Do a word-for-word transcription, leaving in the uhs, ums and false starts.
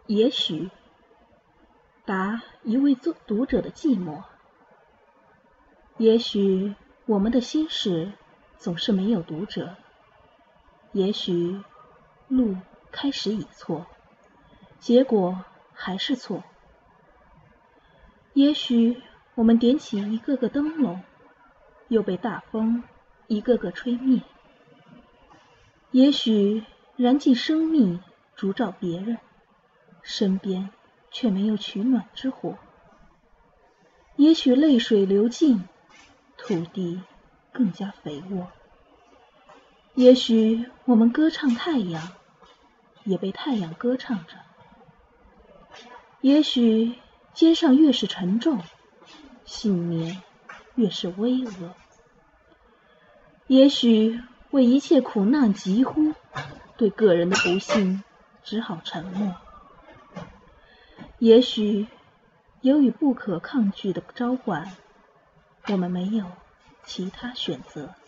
也许，答一位作读者的寂寞。也许我们的心事总是没有读者，也许路开始已错，结果还是错。也许我们点起一个个灯笼，又被大风一个个吹灭。也许燃尽生命烛照别人，身边却没有取暖之火。也许泪水流尽，土地更加肥沃。也许我们歌唱太阳，也被太阳歌唱着。也许肩上越是沉重，信念越是巍峨。也许为一切苦难疾呼，对个人的不幸只好沉默。也许由于不可抗拒的召唤，我们没有其他选择。